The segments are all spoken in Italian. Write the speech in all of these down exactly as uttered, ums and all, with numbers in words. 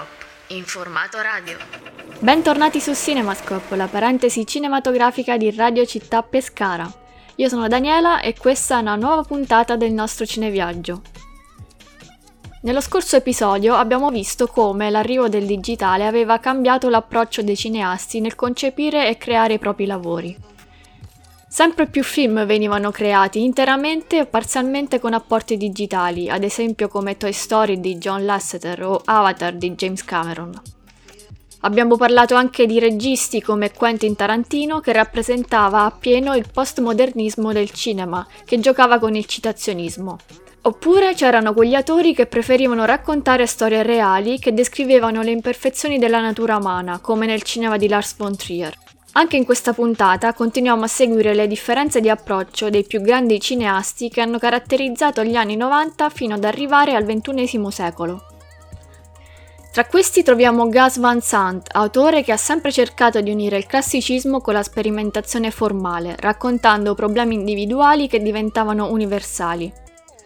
Cinemascope, in formato radio. Bentornati su Cinemascope, la parentesi cinematografica di Radio Città Pescara. Io sono Daniela e questa è una nuova puntata del nostro cineviaggio. Nello scorso episodio abbiamo visto come l'arrivo del digitale aveva cambiato l'approccio dei cineasti nel concepire e creare i propri lavori. Sempre più film venivano creati interamente o parzialmente con apporti digitali, ad esempio come Toy Story di John Lasseter o Avatar di James Cameron. Abbiamo parlato anche di registi come Quentin Tarantino, che rappresentava appieno il postmodernismo del cinema, che giocava con il citazionismo. Oppure c'erano quegli autori che preferivano raccontare storie reali che descrivevano le imperfezioni della natura umana, come nel cinema di Lars von Trier. Anche in questa puntata continuiamo a seguire le differenze di approccio dei più grandi cineasti che hanno caratterizzato gli anni novanta fino ad arrivare al ventunesimo secolo. Tra questi troviamo Gus Van Sant, autore che ha sempre cercato di unire il classicismo con la sperimentazione formale, raccontando problemi individuali che diventavano universali.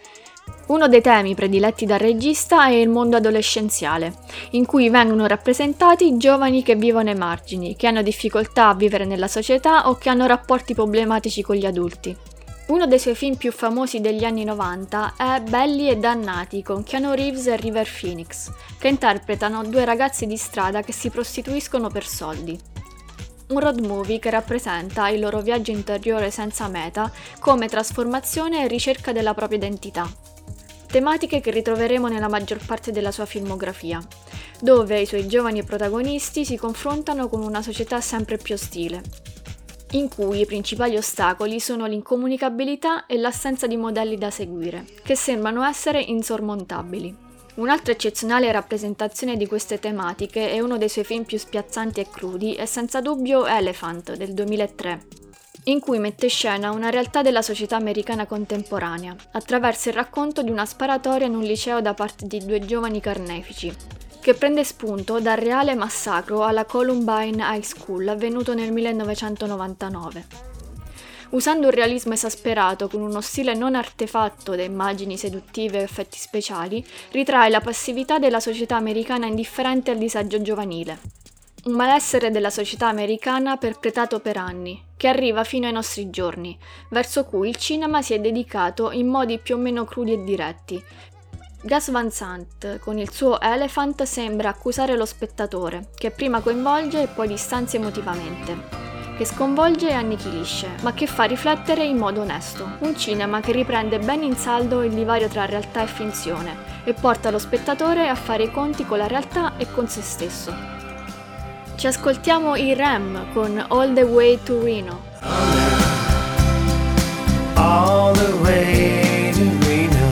Uno dei temi prediletti dal regista è il mondo adolescenziale, in cui vengono rappresentati giovani che vivono ai margini, che hanno difficoltà a vivere nella società o che hanno rapporti problematici con gli adulti. Uno dei suoi film più famosi degli anni novanta è Belli e Dannati con Keanu Reeves e River Phoenix, che interpretano due ragazzi di strada che si prostituiscono per soldi. Un road movie che rappresenta il loro viaggio interiore senza meta come trasformazione e ricerca della propria identità. Tematiche che ritroveremo nella maggior parte della sua filmografia, dove i suoi giovani protagonisti si confrontano con una società sempre più ostile, in cui i principali ostacoli sono l'incomunicabilità e l'assenza di modelli da seguire, che sembrano essere insormontabili. Un'altra eccezionale rappresentazione di queste tematiche e uno dei suoi film più spiazzanti e crudi è senza dubbio Elephant del duemilatré, in cui mette in scena una realtà della società americana contemporanea, attraverso il racconto di una sparatoria in un liceo da parte di due giovani carnefici, che prende spunto dal reale massacro alla Columbine High School avvenuto nel millenovecentonovantanove. Usando un realismo esasperato con uno stile non artefatto da immagini seduttive e effetti speciali, ritrae la passività della società americana indifferente al disagio giovanile. Un malessere della società americana perpetrato per anni, che arriva fino ai nostri giorni, verso cui il cinema si è dedicato in modi più o meno crudi e diretti. Gus Van Sant, con il suo Elephant, sembra accusare lo spettatore, che prima coinvolge e poi distanzia emotivamente, che sconvolge e annichilisce, ma che fa riflettere in modo onesto. Un cinema che riprende ben in saldo il divario tra realtà e finzione e porta lo spettatore a fare i conti con la realtà e con se stesso. Ci ascoltiamo i R E M con All the Way to Reno. All the way to Reno.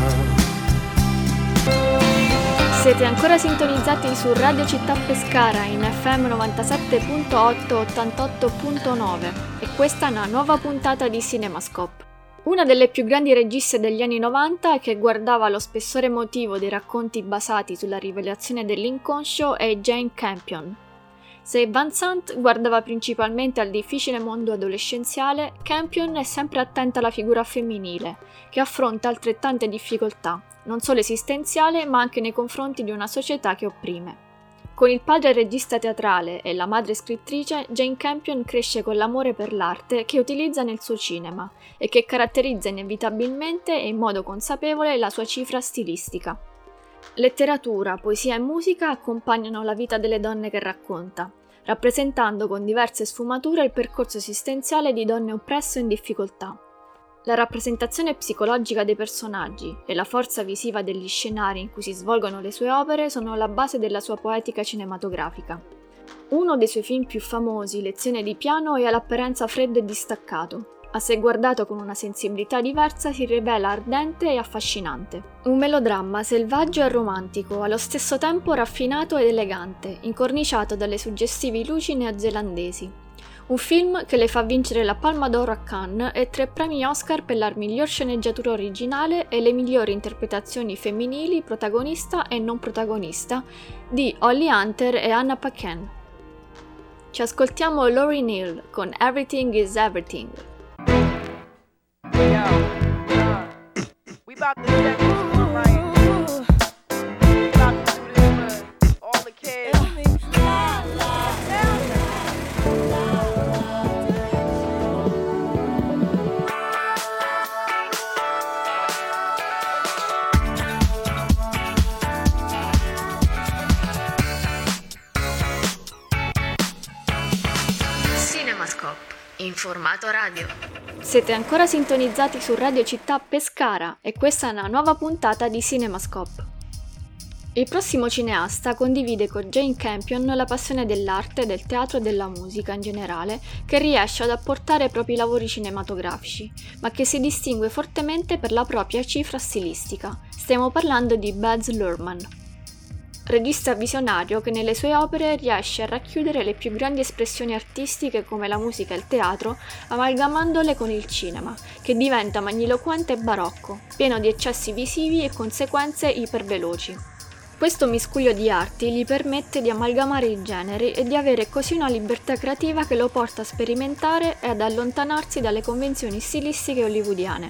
Siete ancora sintonizzati su Radio Città Pescara in F M novantasette virgola otto ottantotto virgola nove e questa è una nuova puntata di Cinemascope. Una delle più grandi registe degli anni novanta che guardava lo spessore emotivo dei racconti basati sulla rivelazione dell'inconscio è Jane Campion. Se Van Sant guardava principalmente al difficile mondo adolescenziale, Campion è sempre attenta alla figura femminile, che affronta altrettante difficoltà, non solo esistenziale ma anche nei confronti di una società che opprime. Con il padre regista teatrale e la madre scrittrice, Jane Campion cresce con l'amore per l'arte che utilizza nel suo cinema e che caratterizza inevitabilmente e in modo consapevole la sua cifra stilistica. Letteratura, poesia e musica accompagnano la vita delle donne che racconta, rappresentando con diverse sfumature il percorso esistenziale di donne oppresse o in difficoltà. La rappresentazione psicologica dei personaggi e la forza visiva degli scenari in cui si svolgono le sue opere sono la base della sua poetica cinematografica. Uno dei suoi film più famosi, Lezione di piano, è all'apparenza freddo e distaccato. A se guardato con una sensibilità diversa si rivela ardente e affascinante. Un melodramma selvaggio e romantico, allo stesso tempo raffinato ed elegante, incorniciato dalle suggestivi luci neozelandesi. Un film che le fa vincere la Palma d'Oro a Cannes e tre premi Oscar per la miglior sceneggiatura originale e le migliori interpretazioni femminili, protagonista e non protagonista, di Holly Hunter e Anna Paquin. Ci ascoltiamo Lauryn Hill con Everything is Everything. Yo, uh, we about to set this one right. We about to do this for all the kids in formato radio. Siete ancora sintonizzati su Radio Città Pescara e questa è una nuova puntata di CinemaScope. Il prossimo cineasta condivide con Jane Campion la passione dell'arte, del teatro e della musica in generale, che riesce ad apportare ai propri lavori cinematografici, ma che si distingue fortemente per la propria cifra stilistica. Stiamo parlando di Baz Luhrmann. Regista visionario che nelle sue opere riesce a racchiudere le più grandi espressioni artistiche come la musica e il teatro, amalgamandole con il cinema, che diventa magniloquente e barocco, pieno di eccessi visivi e conseguenze iperveloci. Questo miscuglio di arti gli permette di amalgamare i generi e di avere così una libertà creativa che lo porta a sperimentare e ad allontanarsi dalle convenzioni stilistiche hollywoodiane.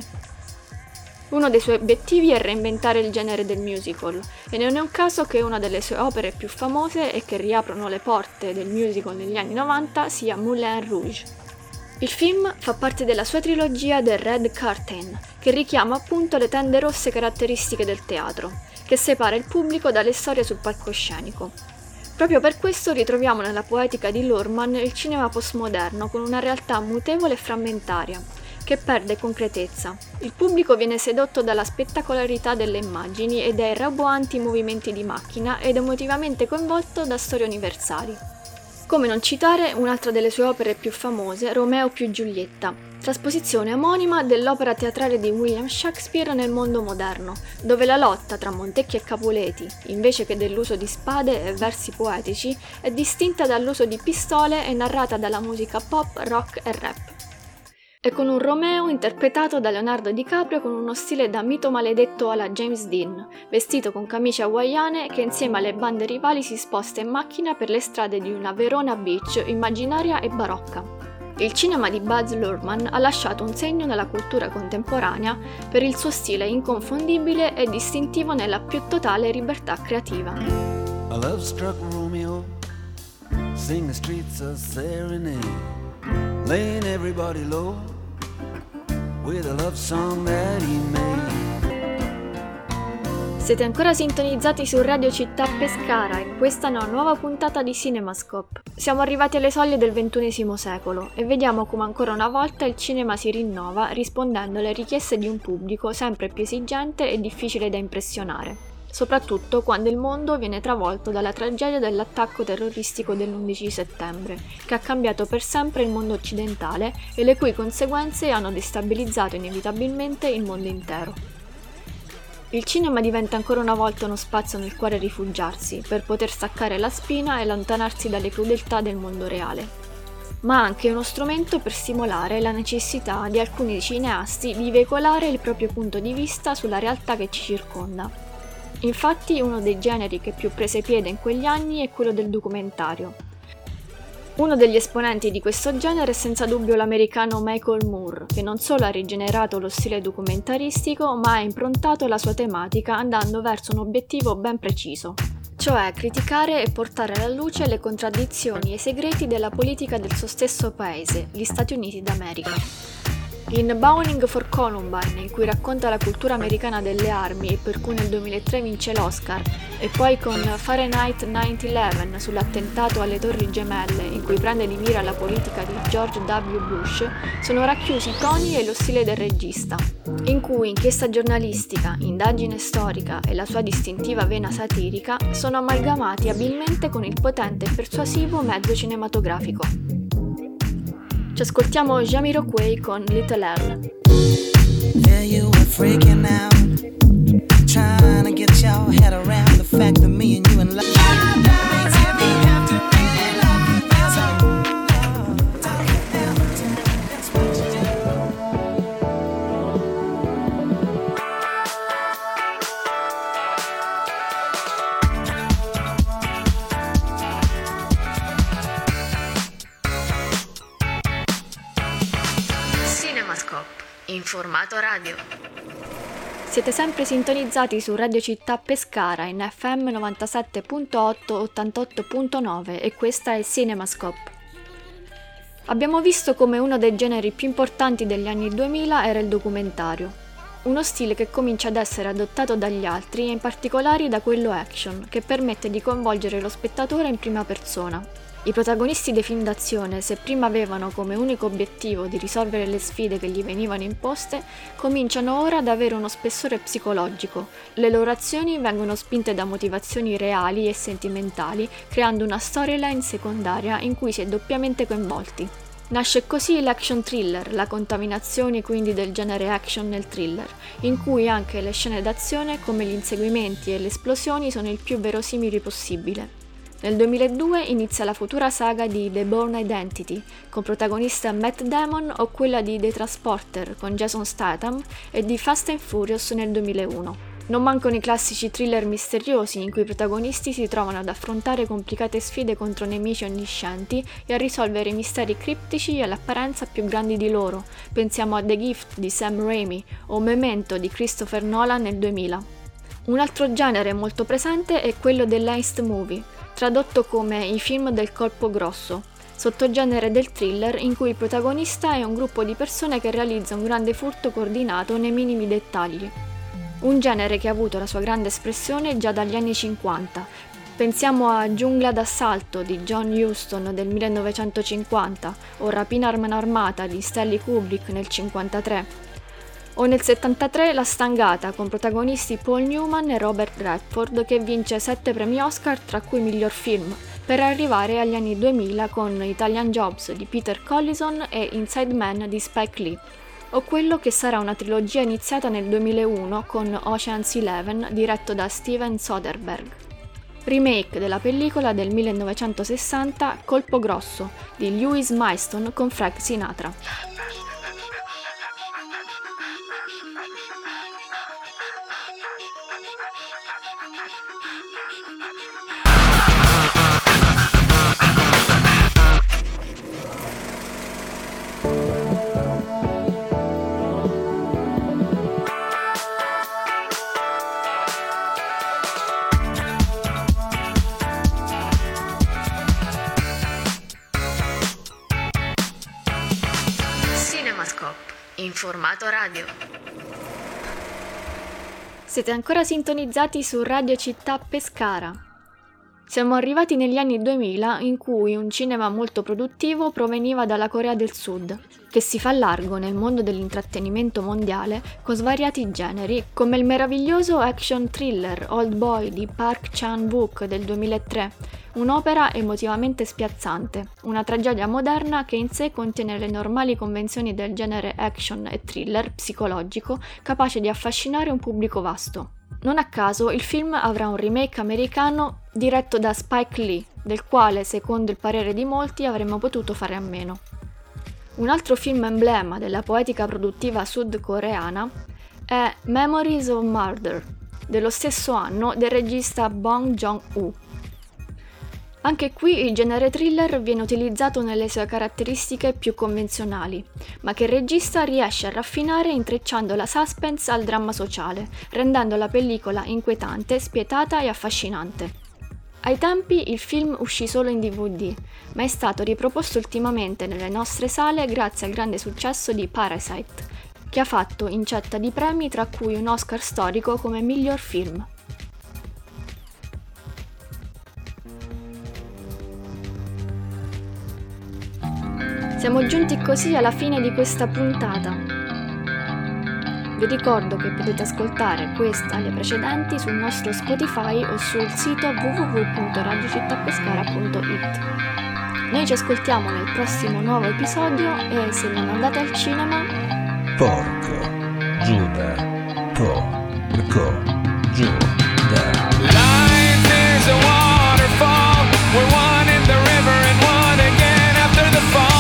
Uno dei suoi obiettivi è reinventare il genere del musical, e non è un caso che una delle sue opere più famose e che riaprono le porte del musical negli anni novanta sia Moulin Rouge. Il film fa parte della sua trilogia The Red Curtain, che richiama appunto le tende rosse caratteristiche del teatro, che separa il pubblico dalle storie sul palcoscenico. Proprio per questo ritroviamo nella poetica di Luhrmann il cinema postmoderno con una realtà mutevole e frammentaria, che perde concretezza. Il pubblico viene sedotto dalla spettacolarità delle immagini e dai roboanti movimenti di macchina ed emotivamente coinvolto da storie universali. Come non citare un'altra delle sue opere più famose, Romeo più Giulietta, trasposizione omonima dell'opera teatrale di William Shakespeare nel mondo moderno, dove la lotta tra Montecchi e Capuleti, invece che dell'uso di spade e versi poetici, è distinta dall'uso di pistole e narrata dalla musica pop, rock e rap. E con un Romeo interpretato da Leonardo DiCaprio con uno stile da mito maledetto alla James Dean, vestito con camicie hawaiane che insieme alle bande rivali si sposta in macchina per le strade di una Verona Beach immaginaria e barocca. Il cinema di Baz Luhrmann ha lasciato un segno nella cultura contemporanea per il suo stile inconfondibile e distintivo nella più totale libertà creativa. A love-struck Romeo, sing the streets a serenade, laying everybody low with a love song that he made. Siete ancora sintonizzati su Radio Città Pescara e questa è una nuova puntata di CinemaScope. Siamo arrivati alle soglie del ventunesimo secolo e vediamo come ancora una volta il cinema si rinnova rispondendo alle richieste di un pubblico sempre più esigente e difficile da impressionare, soprattutto quando il mondo viene travolto dalla tragedia dell'attacco terroristico dell'undici settembre, che ha cambiato per sempre il mondo occidentale e le cui conseguenze hanno destabilizzato inevitabilmente il mondo intero. Il cinema diventa ancora una volta uno spazio nel quale rifugiarsi, per poter staccare la spina e allontanarsi dalle crudeltà del mondo reale, ma anche uno strumento per stimolare la necessità di alcuni cineasti di veicolare il proprio punto di vista sulla realtà che ci circonda. Infatti uno dei generi che più prese piede in quegli anni è quello del documentario. Uno degli esponenti di questo genere è senza dubbio l'americano Michael Moore, che non solo ha rigenerato lo stile documentaristico, ma ha improntato la sua tematica andando verso un obiettivo ben preciso, cioè criticare e portare alla luce le contraddizioni e i segreti della politica del suo stesso paese, gli Stati Uniti d'America. In Bowling for Columbine, in cui racconta la cultura americana delle armi e per cui nel duemilatré vince l'Oscar, e poi con Fahrenheit nove undici sull'attentato alle Torri Gemelle, in cui prende di mira la politica di George W. Bush, sono racchiusi i toni e lo stile del regista, in cui inchiesta giornalistica, indagine storica e la sua distintiva vena satirica sono amalgamati abilmente con il potente e persuasivo mezzo cinematografico. Ci ascoltiamo Jamiroquai con Little L. Yeah, you were freaking out, trying to get your head around the fact that me and you in love. in formato radio. Siete sempre sintonizzati su Radio Città Pescara in F M novantasette virgola otto ottantotto virgola nove e questa è CinemaScope. Abbiamo visto come uno dei generi più importanti degli anni duemila era il documentario, uno stile che comincia ad essere adottato dagli altri e in particolare da quello action, che permette di coinvolgere lo spettatore in prima persona. I protagonisti dei film d'azione, se prima avevano come unico obiettivo di risolvere le sfide che gli venivano imposte, cominciano ora ad avere uno spessore psicologico. Le loro azioni vengono spinte da motivazioni reali e sentimentali, creando una storyline secondaria in cui si è doppiamente coinvolti. Nasce così l'action thriller, la contaminazione quindi del genere action nel thriller, in cui anche le scene d'azione come gli inseguimenti e le esplosioni sono il più verosimili possibile. Nel duemiladue inizia la futura saga di The Bourne Identity, con protagonista Matt Damon, o quella di The Transporter con Jason Statham, e di Fast and Furious nel duemilauno. Non mancano i classici thriller misteriosi in cui i protagonisti si trovano ad affrontare complicate sfide contro nemici onniscienti e a risolvere misteri criptici e all'apparenza più grandi di loro. Pensiamo a The Gift di Sam Raimi o Memento di Christopher Nolan nel duemila. Un altro genere molto presente è quello dell'heist movie, tradotto come i film del colpo grosso, sottogenere del thriller in cui il protagonista è un gruppo di persone che realizza un grande furto coordinato nei minimi dettagli. Un genere che ha avuto la sua grande espressione già dagli anni cinquanta. Pensiamo a Giungla d'assalto di John Huston del millenovecentocinquanta o Rapina a mano armata di Stanley Kubrick nel cinquantatré. O nel settantatré La Stangata con protagonisti Paul Newman e Robert Redford che vince sette premi Oscar tra cui miglior film, per arrivare agli anni duemila con Italian Jobs di Peter Collison e Inside Man di Spike Lee. O quello che sarà una trilogia iniziata nel duemilauno con Ocean's Eleven diretto da Steven Soderbergh. Remake della pellicola del millenovecentosessanta Colpo grosso di Lewis Milestone con Frank Sinatra. In formato radio. Siete ancora sintonizzati su Radio Città Pescara. Siamo arrivati negli anni duemila in cui un cinema molto produttivo proveniva dalla Corea del Sud, che si fa largo nel mondo dell'intrattenimento mondiale con svariati generi, come il meraviglioso action thriller Old Boy di Park Chan-wook del duemilatré, un'opera emotivamente spiazzante, una tragedia moderna che in sé contiene le normali convenzioni del genere action e thriller psicologico, capace di affascinare un pubblico vasto. Non a caso il film avrà un remake americano diretto da Spike Lee, del quale, secondo il parere di molti, avremmo potuto fare a meno. Un altro film emblema della poetica produttiva sudcoreana è Memories of Murder, dello stesso anno del regista Bong Joon-ho. Anche qui il genere thriller viene utilizzato nelle sue caratteristiche più convenzionali, ma che il regista riesce a raffinare intrecciando la suspense al dramma sociale, rendendo la pellicola inquietante, spietata e affascinante. Ai tempi il film uscì solo in D V D, ma è stato riproposto ultimamente nelle nostre sale grazie al grande successo di Parasite, che ha fatto incetta di premi tra cui un Oscar storico come miglior film. Siamo giunti così alla fine di questa puntata. Vi ricordo che potete ascoltare questa e le precedenti sul nostro Spotify o sul sito w w w punto radio città pescara punto i t. Noi ci ascoltiamo nel prossimo nuovo episodio e se non andate al cinema... Porco Giuda, porco Giuda. Life is a waterfall, we're one in the river and one again after the fall.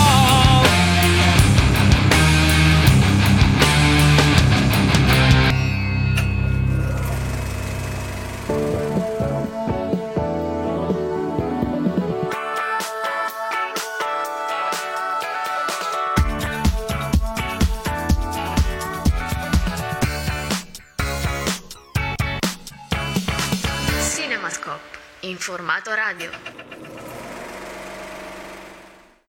In formato radio.